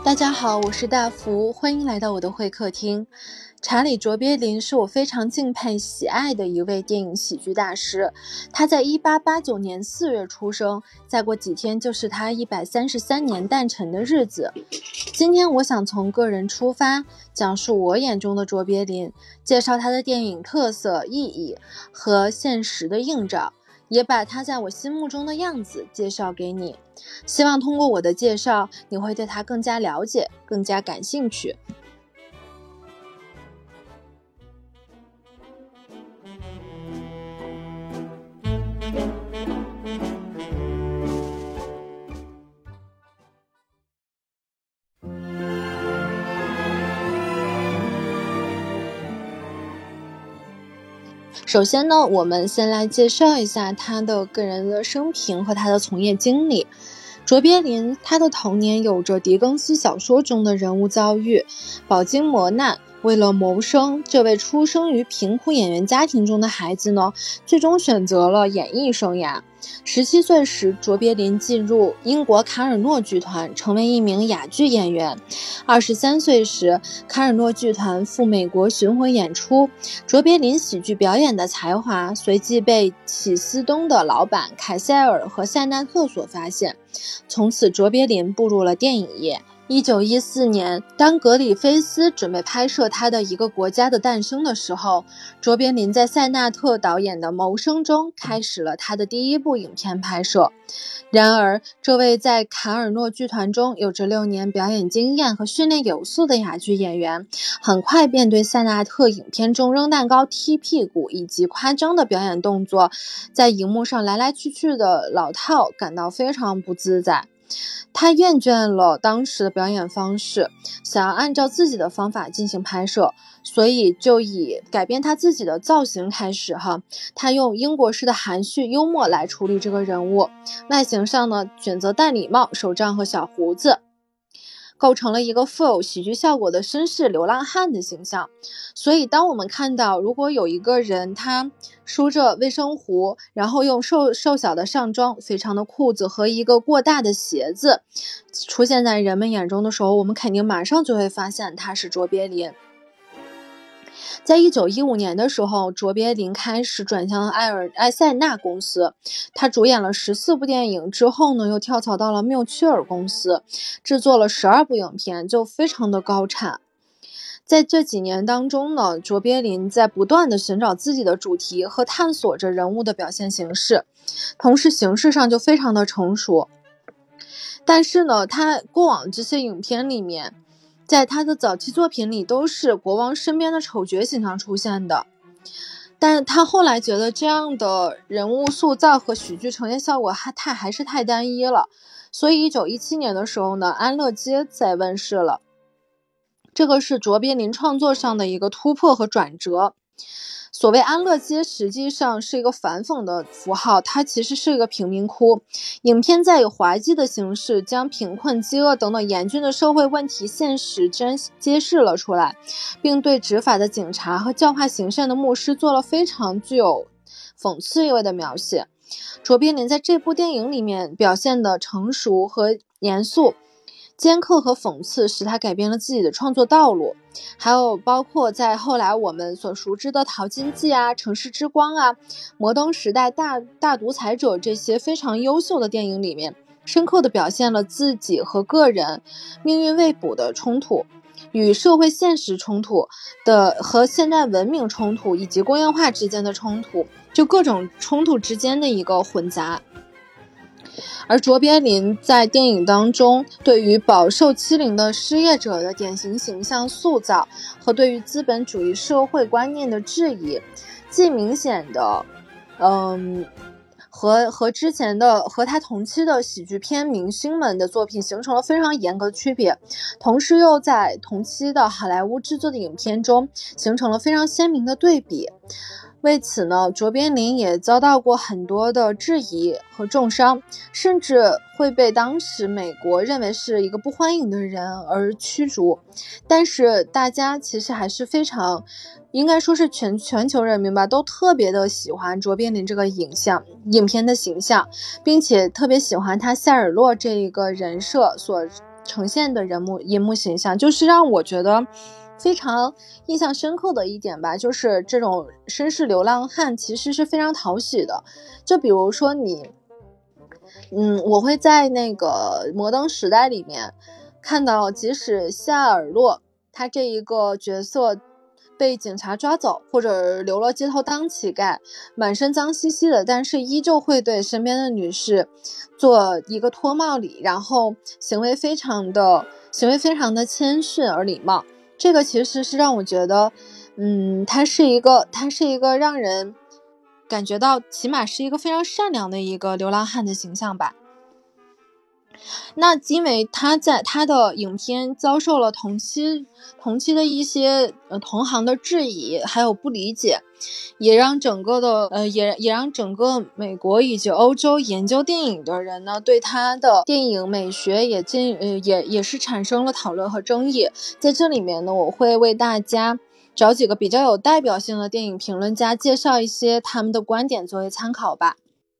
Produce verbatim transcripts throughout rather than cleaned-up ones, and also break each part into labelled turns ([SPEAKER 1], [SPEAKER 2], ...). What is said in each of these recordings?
[SPEAKER 1] 大家好，我是大福，欢迎来到我的会客厅。查理·卓别林是我非常敬佩喜爱的一位电影喜剧大师。他在一八八九年四月出生，再过几天就是他一百三十三年诞辰的日子。今天我想从个人出发，讲述我眼中的卓别林，介绍他的电影特色、意义和现实的映照，也把他在我心目中的样子介绍给你。希望通过我的介绍，你会对他更加了解，更加感兴趣。首先呢，我们先来介绍一下他的个人的生平和他的从业经历。卓别林他的童年有着狄更斯小说中的人物遭遇，饱经磨难，为了谋生，这位出生于贫苦演员家庭中的孩子呢，最终选择了演艺生涯。十七岁时，卓别林进入英国卡尔诺剧团，成为一名哑剧演员。二十三岁时，卡尔诺剧团赴美国巡回演出，卓别林喜剧表演的才华随即被启斯东的老板凯塞尔和塞纳特所发现，从此卓别林步入了电影业。一九一四年，当格里菲斯准备拍摄他的一个国家的诞生的时候，卓别林在塞纳特导演的谋生中开始了他的第一部影片拍摄。然而，这位在卡尔诺剧团中有着六年表演经验和训练有素的哑剧演员，很快便对塞纳特影片中扔蛋糕、踢屁股以及夸张的表演动作，在荧幕上来来去去的老套感到非常不自在。他厌倦了当时的表演方式，想要按照自己的方法进行拍摄，所以就以改变他自己的造型开始哈。他用英国式的含蓄幽默来处理这个人物，外形上呢，选择戴礼帽、手杖和小胡子，构成了一个富有喜剧效果的绅士流浪汉的形象。所以当我们看到如果有一个人他梳着卫生壶，然后用瘦瘦小的上装、肥长的裤子和一个过大的鞋子出现在人们眼中的时候，我们肯定马上就会发现他是卓别林。在一九一五年的时候，卓别林开始转向埃尔埃塞纳公司，他主演了十四部电影之后呢，又跳槽到了缪屈尔公司，制作了十二部影片，就非常的高产。在这几年当中呢，卓别林在不断的寻找自己的主题和探索着人物的表现形式，同时形式上就非常的成熟。但是呢，他过往这些影片里面，在他的早期作品里都是国王身边的丑角形象出现的，但他后来觉得这样的人物塑造和喜剧呈现效果还太还是太单一了，所以一九一七年的时候呢，安乐街在问世了。这个是卓别林创作上的一个突破和转折。所谓安乐街实际上是一个反讽的符号，它其实是一个贫民窟。影片在以滑稽的形式将贫困、饥饿等等严峻的社会问题现实真揭示了出来，并对执法的警察和教化行善的牧师做了非常具有讽刺意味的描写。卓别林在这部电影里面表现的成熟和严肃，尖刻和讽刺使他改变了自己的创作道路。还有包括在后来我们所熟知的《淘金记》啊、《城市之光》啊、《摩登时代》、大大独裁者这些非常优秀的电影里面，深刻地表现了自己和个人命运未卜的冲突，与社会现实冲突的和现代文明冲突以及工业化之间的冲突，就各种冲突之间的一个混杂。而卓别林在电影当中对于饱受欺凌的失业者的典型形象塑造和对于资本主义社会观念的质疑，既明显的嗯和和之前的和他同期的喜剧片明星们的作品形成了非常严格的区别，同时又在同期的好莱坞制作的影片中形成了非常鲜明的对比。为此呢，卓别林也遭到过很多的质疑和重伤，甚至会被当时美国认为是一个不欢迎的人而驱逐。但是大家其实还是非常，应该说是全全球人民吧，都特别的喜欢卓别林这个影像影片的形象，并且特别喜欢他塞尔洛这一个人设所呈现的人物荧幕形象，就是让我觉得非常印象深刻的一点吧，就是这种绅士流浪汉其实是非常讨喜的。就比如说你嗯，我会在那个摩登时代里面看到，即使夏尔洛他这一个角色被警察抓走，或者流落街头当乞丐，满身脏兮兮的，但是依旧会对身边的女士做一个脱帽礼，然后行为非常的行为非常的谦逊而礼貌。这个其实是让我觉得嗯，他是一个他是一个让人感觉到起码是一个非常善良的一个流浪汉的形象吧。那因为他在他的影片遭受了同期同期的一些呃同行的质疑还有不理解，也让整个的呃也也让整个美国以及欧洲研究电影的人呢对他的电影美学也进呃也也是产生了讨论和争议。在这里面呢，我会为大家找几个比较有代表性的电影评论家，介绍一些他们的观点作为参考吧。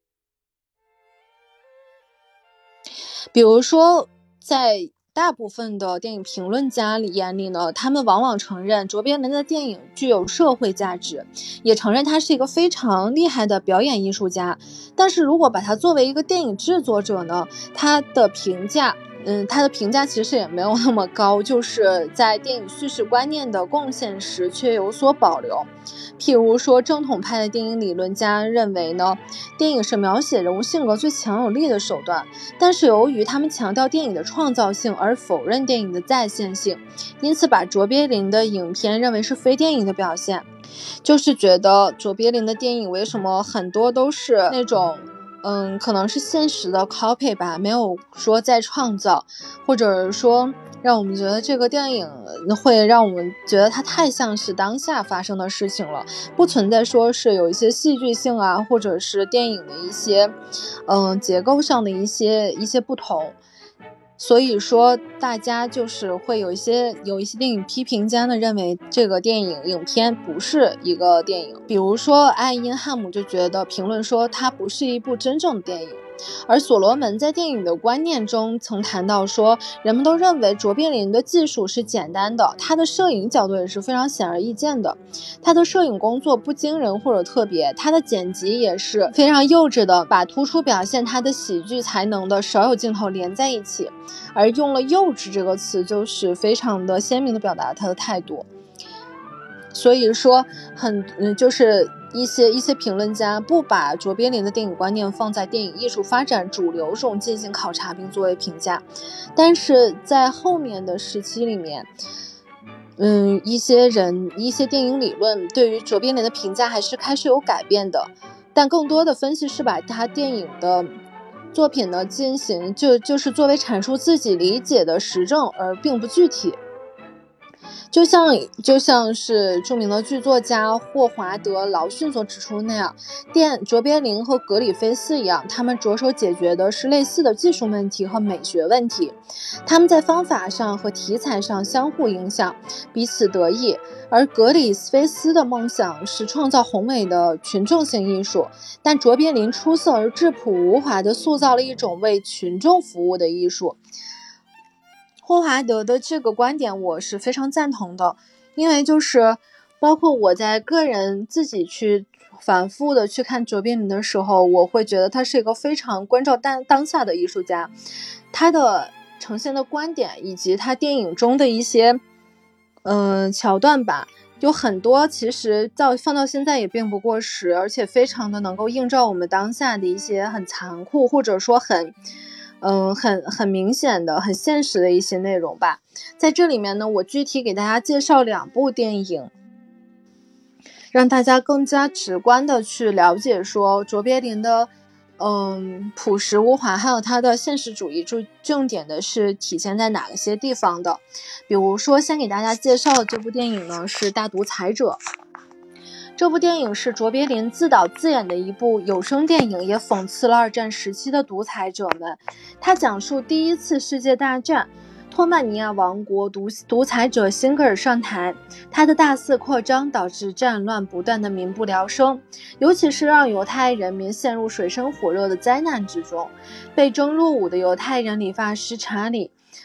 [SPEAKER 1] 比如说在大部分的电影评论家眼里呢，他们往往承认卓别林的电影具有社会价值，也承认他是一个非常厉害的表演艺术家。但是如果把他作为一个电影制作者呢，他的评价嗯，他的评价其实也没有那么高，就是在电影叙事观念的贡献时却有所保留。譬如说，正统派的电影理论家认为呢，电影是描写人物性格最强有力的手段，但是由于他们强调电影的创造性而否认电影的再现性，因此把卓别林的影片认为是非电影的表现。就是觉得卓别林的电影为什么很多都是那种嗯，可能是现实的 copy 吧，没有说再创造，或者说让我们觉得这个电影会让我们觉得它太像是当下发生的事情了，不存在说是有一些戏剧性啊，或者是电影的一些嗯结构上的一些一些不同。所以说大家就是会有一些有一些电影批评家呢认为这个电影影片不是一个电影，比如说爱因汉姆就觉得评论说它不是一部真正的电影。而所罗门在电影的观念中曾谈到说，人们都认为卓别林的技术是简单的，他的摄影角度也是非常显而易见的，他的摄影工作不惊人或者特别，他的剪辑也是非常幼稚的，把突出表现他的喜剧才能的少有镜头连在一起，而用了幼稚这个词就是非常的鲜明的表达他的态度。所以说很嗯就是一些一些评论家不把卓别林的电影观念放在电影艺术发展主流中进行考察并作为评价，但是在后面的时期里面嗯，一些人一些电影理论对于卓别林的评价还是开始有改变的，但更多的分析是把他电影的作品呢进行就就是作为阐述自己理解的实证而并不具体。就像就像是著名的剧作家霍华德·劳逊所指出那样，电卓别林和格里菲斯一样，他们着手解决的是类似的技术问题和美学问题，他们在方法上和题材上相互影响，彼此得益。而格里菲斯的梦想是创造宏伟的群众性艺术，但卓别林出色而质朴无华地塑造了一种为群众服务的艺术。霍华德的这个观点我是非常赞同的，因为就是包括我在个人自己去反复的去看卓别林的时候，我会觉得他是一个非常关照当当下的艺术家，他的呈现的观点以及他电影中的一些嗯、呃、桥段吧，有很多其实到放到现在也并不过时，而且非常的能够映照我们当下的一些很残酷或者说很嗯，很很明显的很现实的一些内容吧。在这里面呢，我具体给大家介绍两部电影，让大家更加直观的去了解说卓别林的嗯朴实无华还有他的现实主义重点的是体现在哪些地方的。比如说先给大家介绍的这部电影呢是大独裁者。这部电影是卓别林自导自演的一部有声电影，也讽刺了二战时期的独裁者们。它讲述第一次世界大战，托曼尼亚王国独独裁者辛格尔上台，他的大肆扩张导致战乱不断的民不聊生，尤其是让犹太人民陷入水深火热的灾难之中。被征入伍的犹太人理发师查理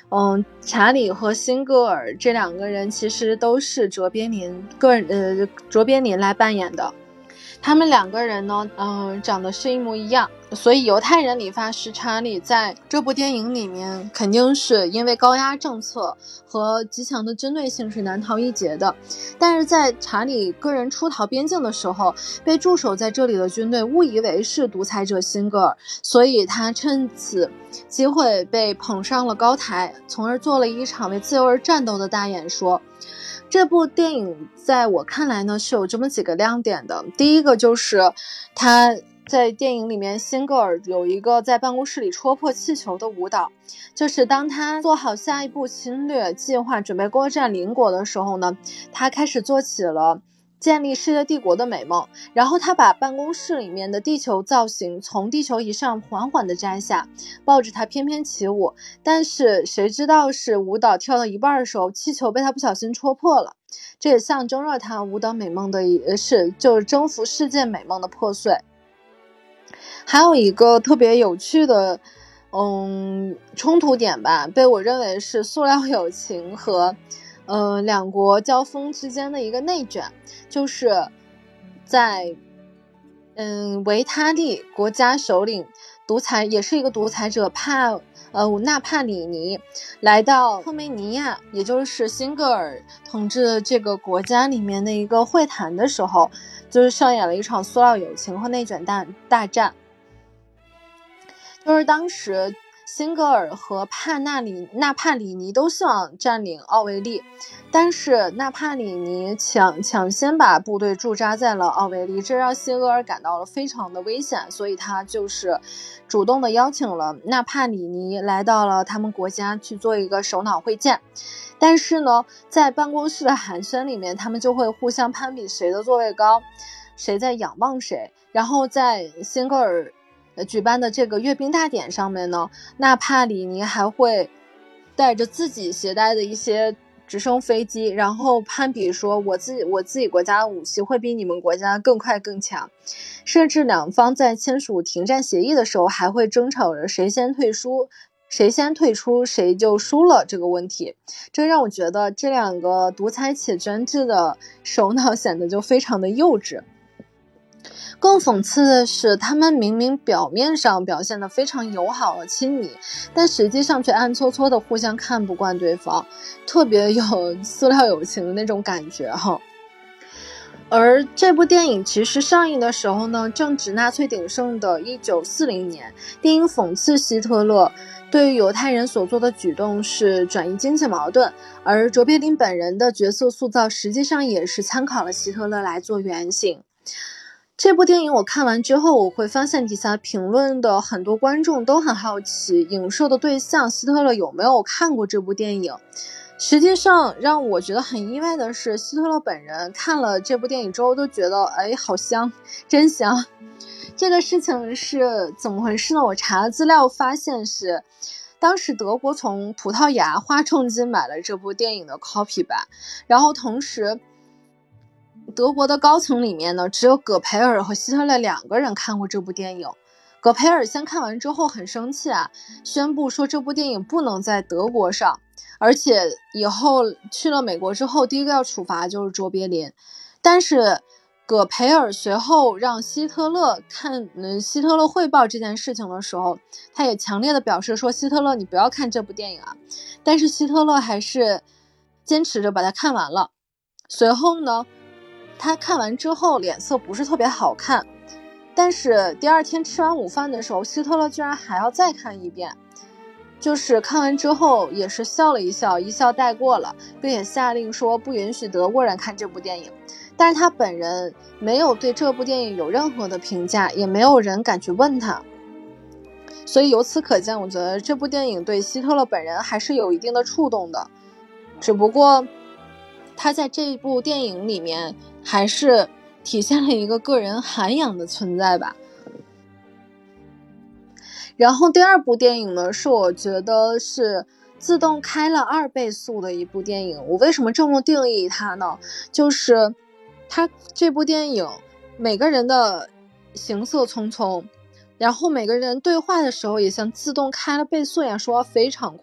[SPEAKER 1] 嗯，查理和辛格尔这两个人其实都是卓别林个人呃卓别林来扮演的。他们两个人呢，嗯、呃，长得是一模一样，所以犹太人理发师查理在这部电影里面肯定是因为高压政策和极强的针对性是难逃一劫的。但是在查理个人出逃边境的时候，被驻守在这里的军队误以为是独裁者辛格尔，所以他趁此机会被捧上了高台，从而做了一场为自由而战斗的大演说。这部电影在我看来呢是有这么几个亮点的。第一个就是他在电影里面，辛格尔有一个在办公室里戳破气球的舞蹈，就是当他做好下一步侵略计划，准备攻占邻国的时候呢，他开始做起了建立世界帝国的美梦。然后他把办公室里面的地球造型从地球仪上缓缓地摘下，抱着它翩翩起舞。但是谁知道是舞蹈跳到一半的时候，气球被他不小心戳破了，这也象征了他舞蹈美梦的是就是征服世界美梦的破碎。还有一个特别有趣的嗯冲突点吧，被我认为是塑料友情和呃两国交锋之间的一个内卷，就是在嗯维他利国家首领独裁也是一个独裁者帕呃纳帕里尼来到赫梅尼亚，也就是辛格尔统治的这个国家里面的一个会谈的时候，就是上演了一场塑料友情和内卷大大战。就是当时辛格尔和帕纳里纳帕里尼都希望占领奥维利，但是纳帕里尼抢抢先把部队驻扎在了奥维利，这让辛格尔感到了非常的危险，所以他就是主动的邀请了纳帕里尼来到了他们国家去做一个首脑会见。但是呢，在办公室的寒暄里面，他们就会互相攀比谁的座位高，谁在仰望谁。然后在辛格尔举办的这个阅兵大典上面呢，纳帕里尼还会带着自己携带的一些直升飞机，然后攀比说我自己我自己国家的武器会比你们国家更快更强，甚至两方在签署停战协议的时候还会争吵着谁先退出谁先退出谁就输了这个问题。这让我觉得这两个独裁且专制的首脑显得就非常的幼稚。更讽刺的是，他们明明表面上表现得非常友好和亲昵，但实际上却暗搓搓的互相看不惯对方，特别有塑料友情的那种感觉哈。而这部电影其实上映的时候呢，正值纳粹鼎盛的一九四零年，电影讽刺希特勒对于犹太人所做的举动是转移经济矛盾，而卓别林本人的角色塑造实际上也是参考了希特勒来做原型。这部电影我看完之后，我会发现底下评论的很多观众都很好奇影射的对象希特勒有没有看过这部电影。实际上让我觉得很意外的是，希特勒本人看了这部电影之后都觉得哎，好香，真香。这个事情是怎么回事呢？我查了资料发现是当时德国从葡萄牙花重金买了这部电影的 copy 版，然后同时德国的高层里面呢，只有葛培尔和希特勒两个人看过这部电影。葛培尔先看完之后很生气啊，宣布说这部电影不能在德国上，而且以后去了美国之后，第一个要处罚就是卓别林。但是葛培尔随后让希特勒看嗯希特勒汇报这件事情的时候，他也强烈的表示说希特勒你不要看这部电影啊，但是希特勒还是坚持着把它看完了。随后呢，他看完之后脸色不是特别好看，但是第二天吃完午饭的时候，希特勒居然还要再看一遍，就是看完之后也是笑了一笑，一笑带过了，并且下令说不允许德国人看这部电影。但是他本人没有对这部电影有任何的评价，也没有人敢去问他。所以由此可见，我觉得这部电影对希特勒本人还是有一定的触动的，只不过他在这部电影里面还是体现了一个个人涵养的存在吧。然后第二部电影呢，是我觉得是自动开了二倍速的一部电影。我为什么这么定义它呢？就是它这部电影每个人的行色匆匆，然后每个人对话的时候也像自动开了倍速一样说话非常快，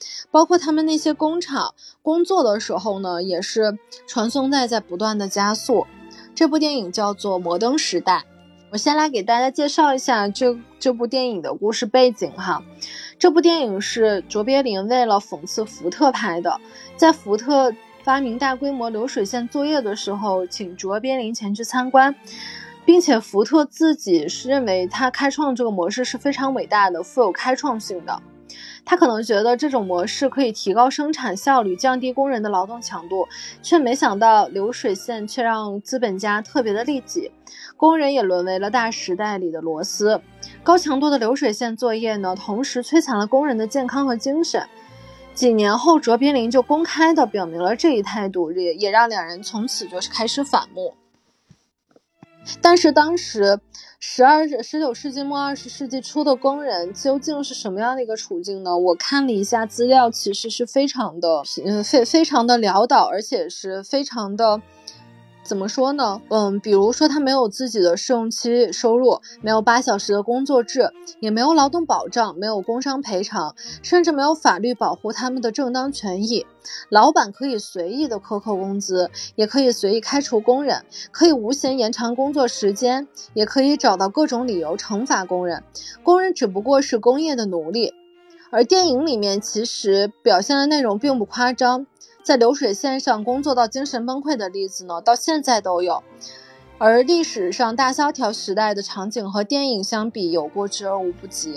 [SPEAKER 1] 包括他们那些工厂工作的时候呢，也是传送带在不断的加速。这部电影叫做《摩登时代》。我先来给大家介绍一下这这部电影的故事背景哈。这部电影是卓别林为了讽刺福特拍的，在福特发明大规模流水线作业的时候，请卓别林前去参观，并且福特自己是认为他开创这个模式是非常伟大的，富有开创性的。他可能觉得这种模式可以提高生产效率，降低工人的劳动强度，却没想到流水线却让资本家特别的利己，工人也沦为了大时代里的螺丝。高强度的流水线作业呢，同时摧残了工人的健康和精神。几年后，卓别林就公开的表明了这一态度，也也让两人从此就是开始反目。但是当时十二十九世纪末二十世纪初的工人究竟是什么样的一个处境呢？我看了一下资料，其实是非常的呃非非常的潦倒，而且是非常的怎么说呢？嗯，比如说他没有自己的试用期收入，没有八小时的工作制，也没有劳动保障，没有工伤赔偿，甚至没有法律保护他们的正当权益。老板可以随意的克扣工资，也可以随意开除工人，可以无限延长工作时间，也可以找到各种理由惩罚工人。工人只不过是工业的奴隶。而电影里面其实表现的内容并不夸张，在流水线上工作到精神崩溃的例子呢，到现在都有。而历史上大萧条时代的场景和电影相比，有过之而无不及。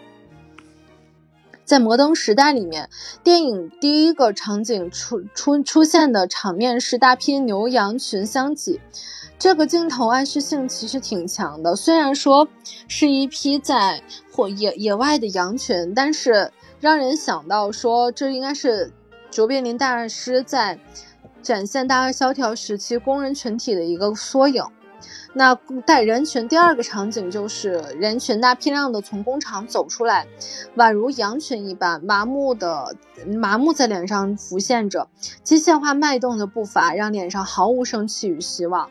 [SPEAKER 1] 在摩登时代里面，电影第一个场景出出出现的场面是大批牛羊群相挤，这个镜头暗示性其实挺强的。虽然说是一批在或野野外的羊群，但是让人想到说这应该是卓别林大师在展现大萧条时期工人群体的一个缩影。那带人群第二个场景就是人群大批量的从工厂走出来，宛如羊群一般麻木的麻木在脸上浮现着，机械化脉动的步伐让脸上毫无生气与希望。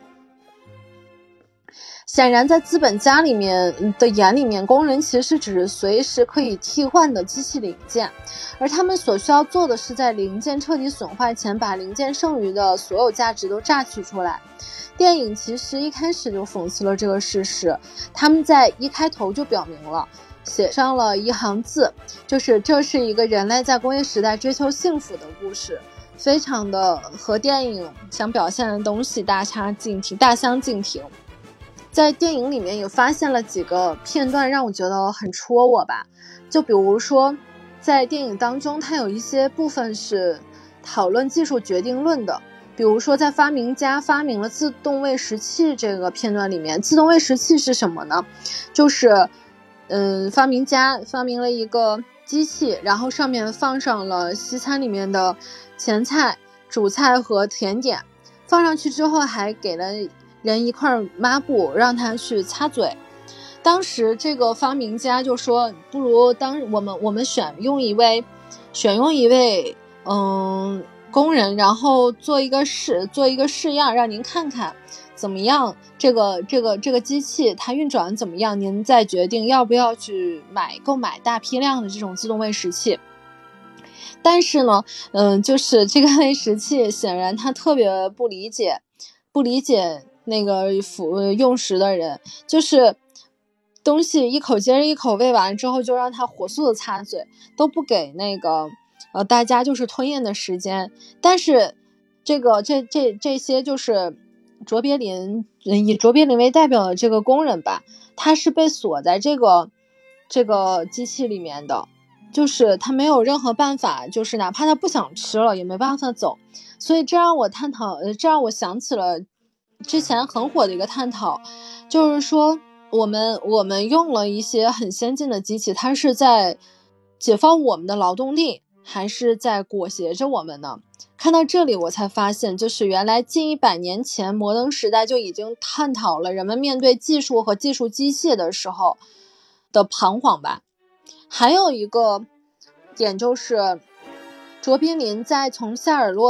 [SPEAKER 1] 显然在资本家里面的眼里面，工人其实只是随时可以替换的机器零件，而他们所需要做的是在零件彻底损坏前把零件剩余的所有价值都榨取出来。电影其实一开始就讽刺了这个事实，他们在一开头就表明了，写上了一行字，就是这是一个人类在工业时代追求幸福的故事，非常的和电影想表现的东西大差径庭大相径庭。在电影里面也发现了几个片段让我觉得很戳我吧，就比如说在电影当中它有一些部分是讨论技术决定论的，比如说在发明家发明了自动喂食器这个片段里面，自动喂食器是什么呢？就是嗯，发明家发明了一个机器，然后上面放上了西餐里面的前菜、主菜和甜点，放上去之后还给了人一块抹布让他去擦嘴。当时这个发明家就说，不如当我们我们选用一位选用一位嗯工人，然后做一个试做一个试样，让您看看怎么样，这个这个这个机器它运转怎么样，您再决定要不要去买购买大批量的这种自动喂食器。但是呢嗯，就是这个喂食器显然他特别不理解不理解那个服用食的人，就是东西一口接着一口喂完之后就让他火速的擦嘴，都不给那个呃大家就是吞咽的时间。但是这个这这这些就是卓别林以卓别林为代表的这个工人吧，他是被锁在这个这个机器里面的，就是他没有任何办法，就是哪怕他不想吃了也没办法走。所以这让我探讨这让我想起了之前很火的一个探讨，就是说我们我们用了一些很先进的机器，它是在解放我们的劳动力，还是在裹挟着我们呢？看到这里我才发现，就是原来近一百年前摩登时代就已经探讨了人们面对技术和技术机械的时候的彷徨吧。还有一个点就是卓别林在从夏尔洛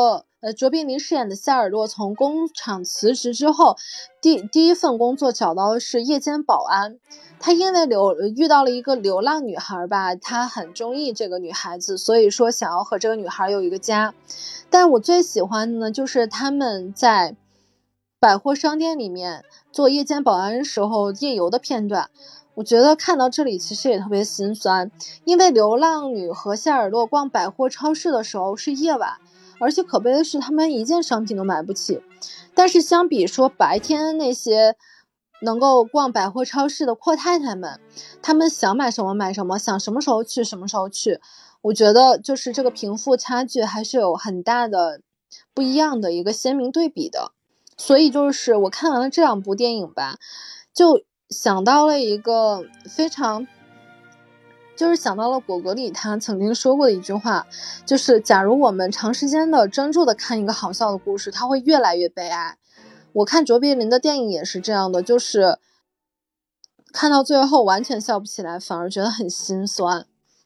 [SPEAKER 1] 呃，卓别林饰演的夏尔洛从工厂辞职之后，第第一份工作找到的是夜间保安。他因为流遇到了一个流浪女孩吧，他很中意这个女孩子，所以说想要和这个女孩有一个家。但我最喜欢的呢，就是他们在百货商店里面做夜间保安时候夜游的片段。我觉得看到这里其实也特别心酸，因为流浪女和夏尔洛逛百货超市的时候是夜晚，而且可悲的是他们一件商品都买不起。但是相比说白天那些能够逛百货超市的阔太太们，他们想买什么买什么，想什么时候去什么时候去。我觉得就是这个贫富差距还是有很大的不一样的一个鲜明对比的。所以就是我看完了这两部电影吧，就想到了一个非常就是想到了果戈里他曾经说过的一句话，就是假如我们长时间的专注的看一个好笑的故事，它会越来越悲哀。我看卓别林的电影也是这样的，就是看到最后完全笑不起来，反而觉得很心酸。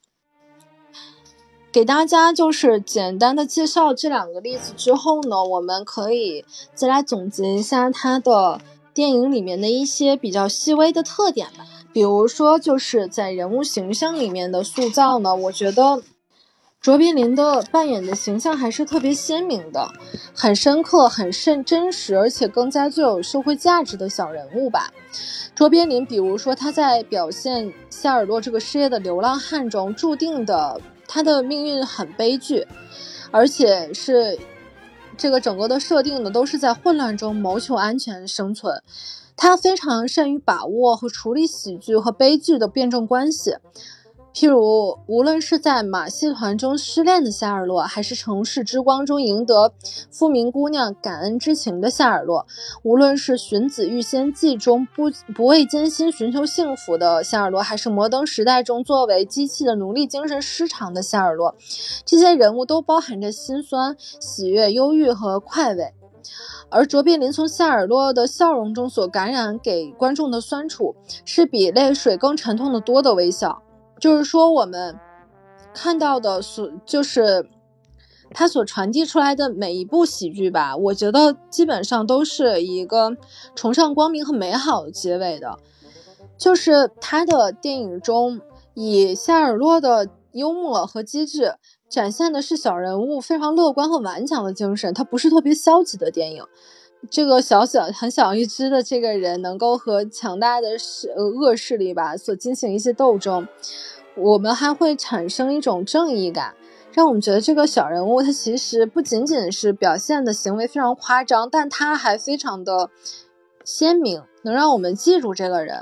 [SPEAKER 1] 给大家就是简单的介绍这两个例子之后呢，我们可以再来总结一下他的电影里面的一些比较细微的特点吧。比如说就是在人物形象里面的塑造呢，我觉得卓别林的扮演的形象还是特别鲜明的，很深刻，很甚真实，而且更加具有社会价值的小人物吧。卓别林比如说他在表现夏尔洛这个失业的流浪汉中，注定的他的命运很悲剧，而且是这个整个的设定呢都是在混乱中谋求安全生存。他非常善于把握和处理喜剧和悲剧的辩证关系，譬如无论是在马戏团中失恋的夏尔洛，还是城市之光中赢得富民姑娘感恩之情的夏尔洛，无论是荀子遇仙记中不不畏艰辛寻求幸福的夏尔洛，还是摩登时代中作为机器的奴隶精神失常的夏尔洛，这些人物都包含着心酸、喜悦、忧郁和快慰。而卓别林从夏尔洛的笑容中所感染给观众的酸楚，是比泪水更沉痛的多的微笑。就是说我们看到的所就是他所传递出来的每一部喜剧吧，我觉得基本上都是一个崇尚光明和美好的结尾的。就是他的电影中以夏尔洛的幽默和机智展现的是小人物非常乐观和顽强的精神，它不是特别消极的电影。这个小小很小一只的这个人能够和强大的恶势力吧所进行一些斗争，我们还会产生一种正义感，让我们觉得这个小人物他其实不仅仅是表现的行为非常夸张，但他还非常的鲜明，能让我们记住这个人。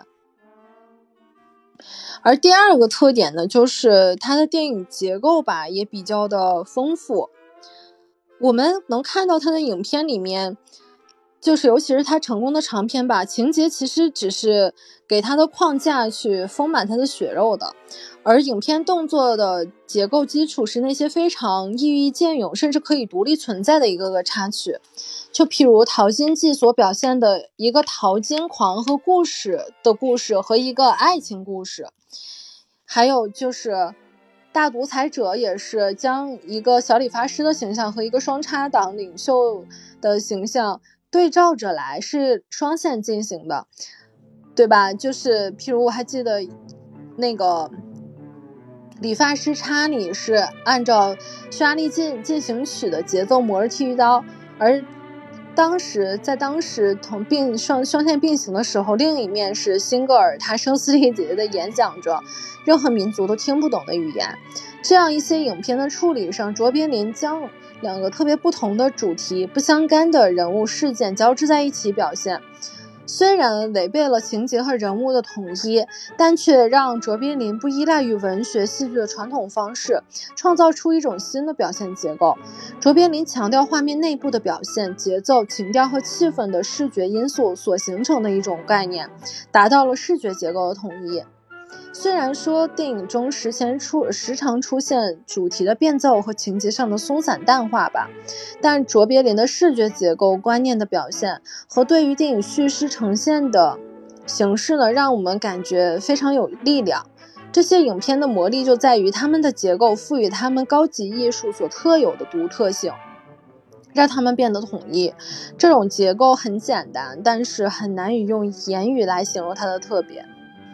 [SPEAKER 1] 而第二个特点呢，就是他的电影结构吧也比较的丰富。我们能看到他的影片里面，就是尤其是他成功的长片吧，情节其实只是给他的框架去丰满他的血肉的，而影片动作的结构基础是那些非常意义隽永甚至可以独立存在的一个个插曲。就譬如淘金记所表现的一个淘金狂和故事的故事和一个爱情故事，还有就是大独裁者也是将一个小理发师的形象和一个双插党领袖的形象对照着来，是双线进行的，对吧？就是譬如我还记得那个理发师查理是按照匈牙利进进行曲的节奏摩着剃须刀，而当时在当时同并双双线并行的时候，另一面是辛格尔他声嘶力竭的演讲着任何民族都听不懂的语言。这样一些影片的处理上，卓别林将两个特别不同的主题、不相干的人物事件交织在一起表现，虽然违背了情节和人物的统一，但却让卓别林不依赖于文学戏剧的传统方式，创造出一种新的表现结构。卓别林强调画面内部的表现、节奏、情调和气氛的视觉因素所形成的一种概念，达到了视觉结构的统一。虽然说电影中时前出时常出现主题的变奏和情节上的松散淡化吧，但卓别林的视觉结构观念的表现和对于电影叙事呈现的形式呢，让我们感觉非常有力量。这些影片的魔力就在于他们的结构赋予他们高级艺术所特有的独特性， 让他们变得统一。这种结构很简单，但是很难以用言语来形容它的特别。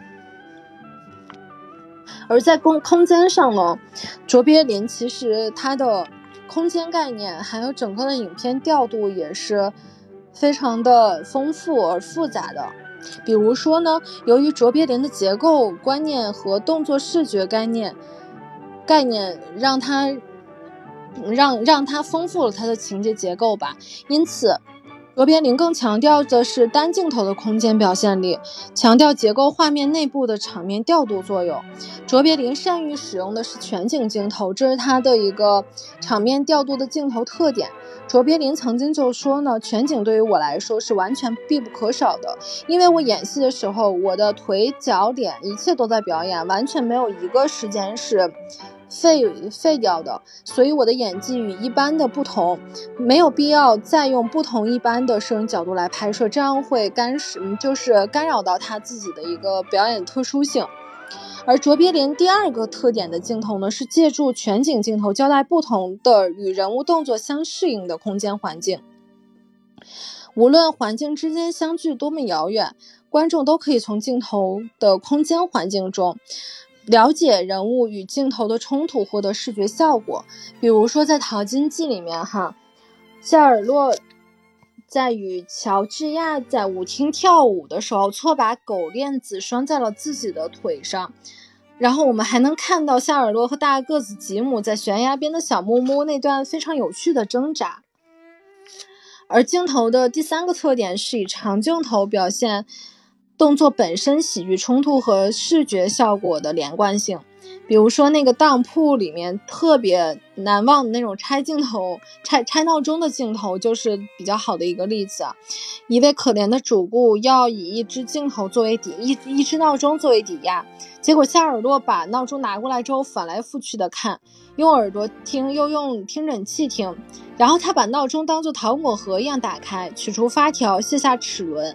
[SPEAKER 1] 而在空空间上呢，卓别林其实它的空间概念还有整个的影片调度也是非常的丰富而复杂的。比如说呢，由于卓别林的结构观念和动作视觉概念概念让它让让它丰富了它的情节结构吧，因此卓别林更强调的是单镜头的空间表现力，强调结构画面内部的场面调度作用。卓别林善于使用的是全景镜头，这是他的一个场面调度的镜头特点。卓别林曾经就说呢，全景对于我来说是完全必不可少的，因为我演戏的时候，我的腿脚脸一切都在表演，完全没有一个时间是废废掉的，所以我的演技与一般的不同，没有必要再用不同一般的摄影角度来拍摄，这样会干就是干扰到他自己的一个表演特殊性。而卓别林第二个特点的镜头呢，是借助全景镜头交代不同的与人物动作相适应的空间环境。无论环境之间相距多么遥远，观众都可以从镜头的空间环境中了解人物与镜头的冲突，获得视觉效果。比如说在《淘金记》里面哈，夏尔洛在与乔治亚在舞厅跳舞的时候，错把狗链子拴在了自己的腿上，然后我们还能看到夏尔洛和大个子吉姆在悬崖边的小木屋那段非常有趣的挣扎。而镜头的第三个特点是以长镜头表现动作本身喜剧冲突和视觉效果的连贯性。比如说那个当铺里面特别难忘的那种拆镜头拆拆闹钟的镜头就是比较好的一个例子啊。一位可怜的主顾要以一只镜头作为抵一一只闹钟作为抵押，结果夏尔洛把闹钟拿过来之后反来覆去的看，用耳朵听又用听诊器听，然后他把闹钟当作糖果盒一样打开，取出发条，卸下齿轮。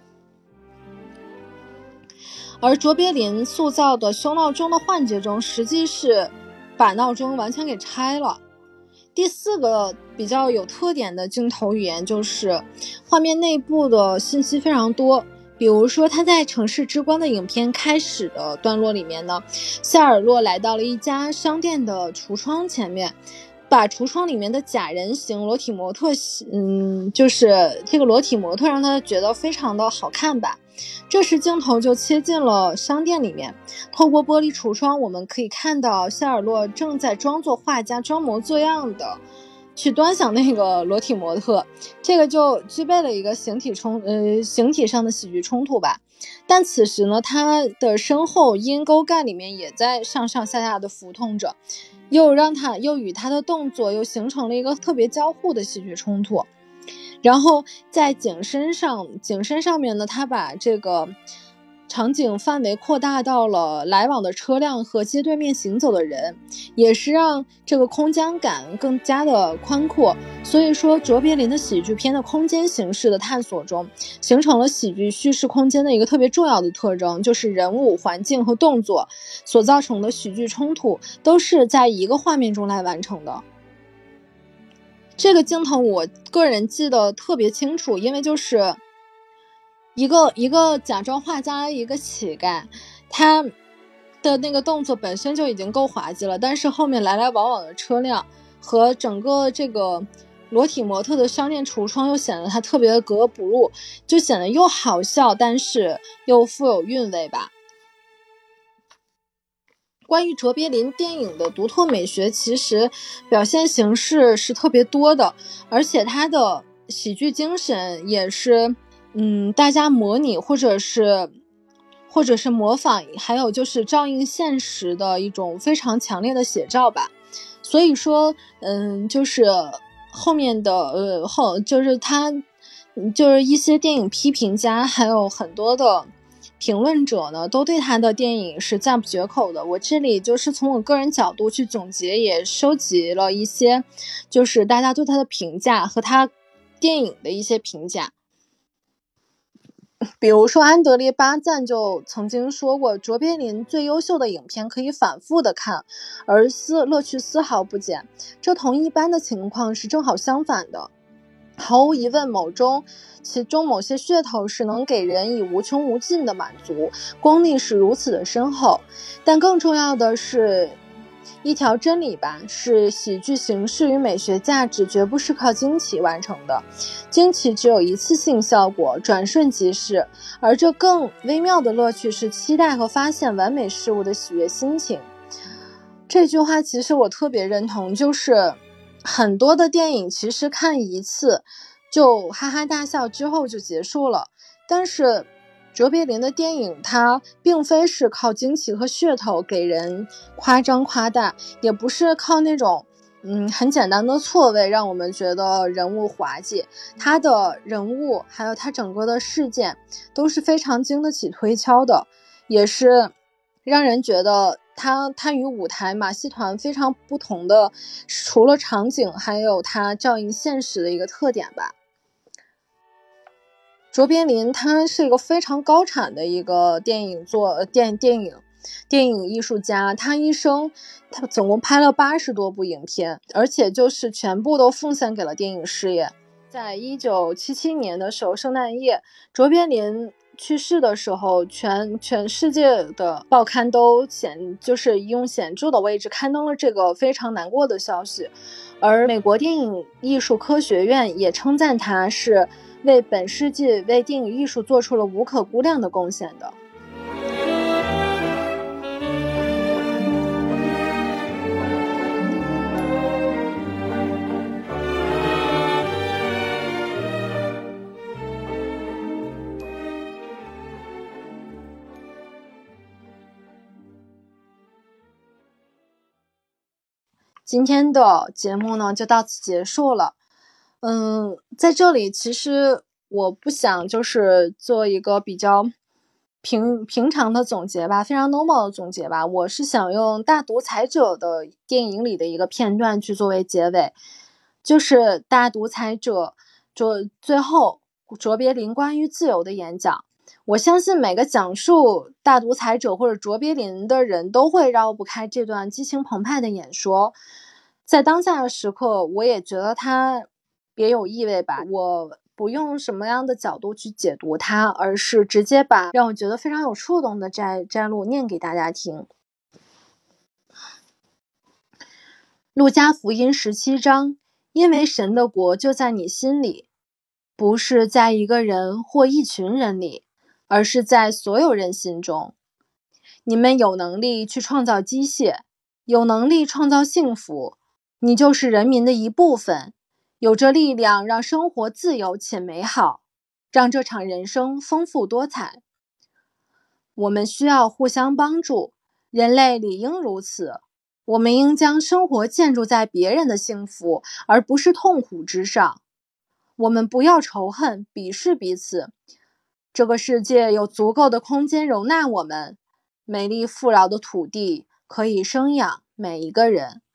[SPEAKER 1] 而卓别林塑造的修闹钟的幻觉中，实际是把闹钟完全给拆了。第四个比较有特点的镜头语言就是画面内部的信息非常多。比如说他在城市之光的影片开始的段落里面呢，夏尔洛来到了一家商店的橱窗前面，把橱窗里面的假人形裸体模特嗯，就是这个裸体模特让他觉得非常的好看吧。这时镜头就切进了商店里面，透过玻璃橱窗我们可以看到夏尔洛正在装作画家装模作样的去端详那个裸体模特，这个就具备了一个形体冲呃形体上的喜剧冲突吧。但此时呢，他的身后阴沟盖里面也在上上下下的浮动着，又让他又与他的动作又形成了一个特别交互的戏剧冲突。然后在景深上景深上面呢，他把这个场景范围扩大到了来往的车辆和街对面行走的人，也是让这个空间感更加的宽阔。所以说卓别林的喜剧片的空间形式的探索中，形成了喜剧叙事空间的一个特别重要的特征，就是人物、环境和动作所造成的喜剧冲突都是在一个画面中来完成的。这个镜头我个人记得特别清楚，因为就是一个一个假装画家，一个乞丐，他的那个动作本身就已经够滑稽了，但是后面来来往往的车辆和整个这个裸体模特的商店橱窗又显得他特别的格格不入，就显得又好笑但是又富有韵味吧。关于卓别林电影的独特美学，其实表现形式是特别多的，而且他的喜剧精神也是嗯，大家模拟或者是或者是模仿，还有就是照应现实的一种非常强烈的写照吧。所以说嗯，就是后面的呃后就是他就是一些电影批评家还有很多的评论者呢，都对他的电影是赞不绝口的。我这里就是从我个人角度去总结，也收集了一些就是大家对他的评价和他电影的一些评价。 比如说安德烈巴赞就曾经说过，卓别林最优秀的影片可以反复的看，而丝乐趣丝毫不减。这同一般的情况是正好相反的。毫无疑问，某中其中某些噱头是能给人以无穷无尽的满足，功力是如此的深厚。但更重要的是一条真理吧，是喜剧形式与美学价值绝不是靠惊奇完成的，惊奇只有一次性效果，转瞬即逝，而这更微妙的乐趣是期待和发现完美事物的喜悦心情。这句话其实我特别认同，就是很多的电影其实看一次就哈哈大笑之后就结束了，但是卓别林的电影它并非是靠惊奇和噱头给人夸张夸大，也不是靠那种嗯很简单的错位让我们觉得人物滑稽，他的人物还有他整个的事件都是非常经得起推敲的，也是让人觉得它它与舞台马戏团非常不同的，除了场景还有它照应现实的一个特点吧。卓别林他是一个非常高产的一个电影做电电影电影艺术家，他一生他总共拍了八十多部影片，而且就是全部都奉献给了电影事业。在一九七七年的时候，圣诞夜卓别林去世的时候，全全世界的报刊都显就是用显著的位置刊登了这个非常难过的消息，而美国电影艺术科学院也称赞他是为本世纪为电影艺术做出了无可估量的贡献的。今天的节目呢就到此结束了。嗯，在这里其实我不想就是做一个比较平平常的总结吧，非常 normal 的总结吧，我是想用《大独裁者》的电影里的一个片段去作为结尾，就是《大独裁者》就最后卓别林关于自由的演讲。我相信每个讲述大独裁者或者卓别林的人都会绕不开这段激情澎湃的演说。在当下的时刻，我也觉得它别有意味吧，我不用什么样的角度去解读它，而是直接把让我觉得非常有触动的摘摘录念给大家听。路加福音十七章，因为神的国就在你心里，不是在一个人或一群人里，而是在所有人心中。你们有能力去创造机械，有能力创造幸福，你就是人民的一部分，有着力量让生活自由且美好，让这场人生丰富多彩。我们需要互相帮助，人类理应如此。我们应将生活建筑在别人的幸福，而不是痛苦之上。我们不要仇恨、鄙视彼此。这个世界有足够的空间容纳我们，美丽富饶的土地可以生养每一个人。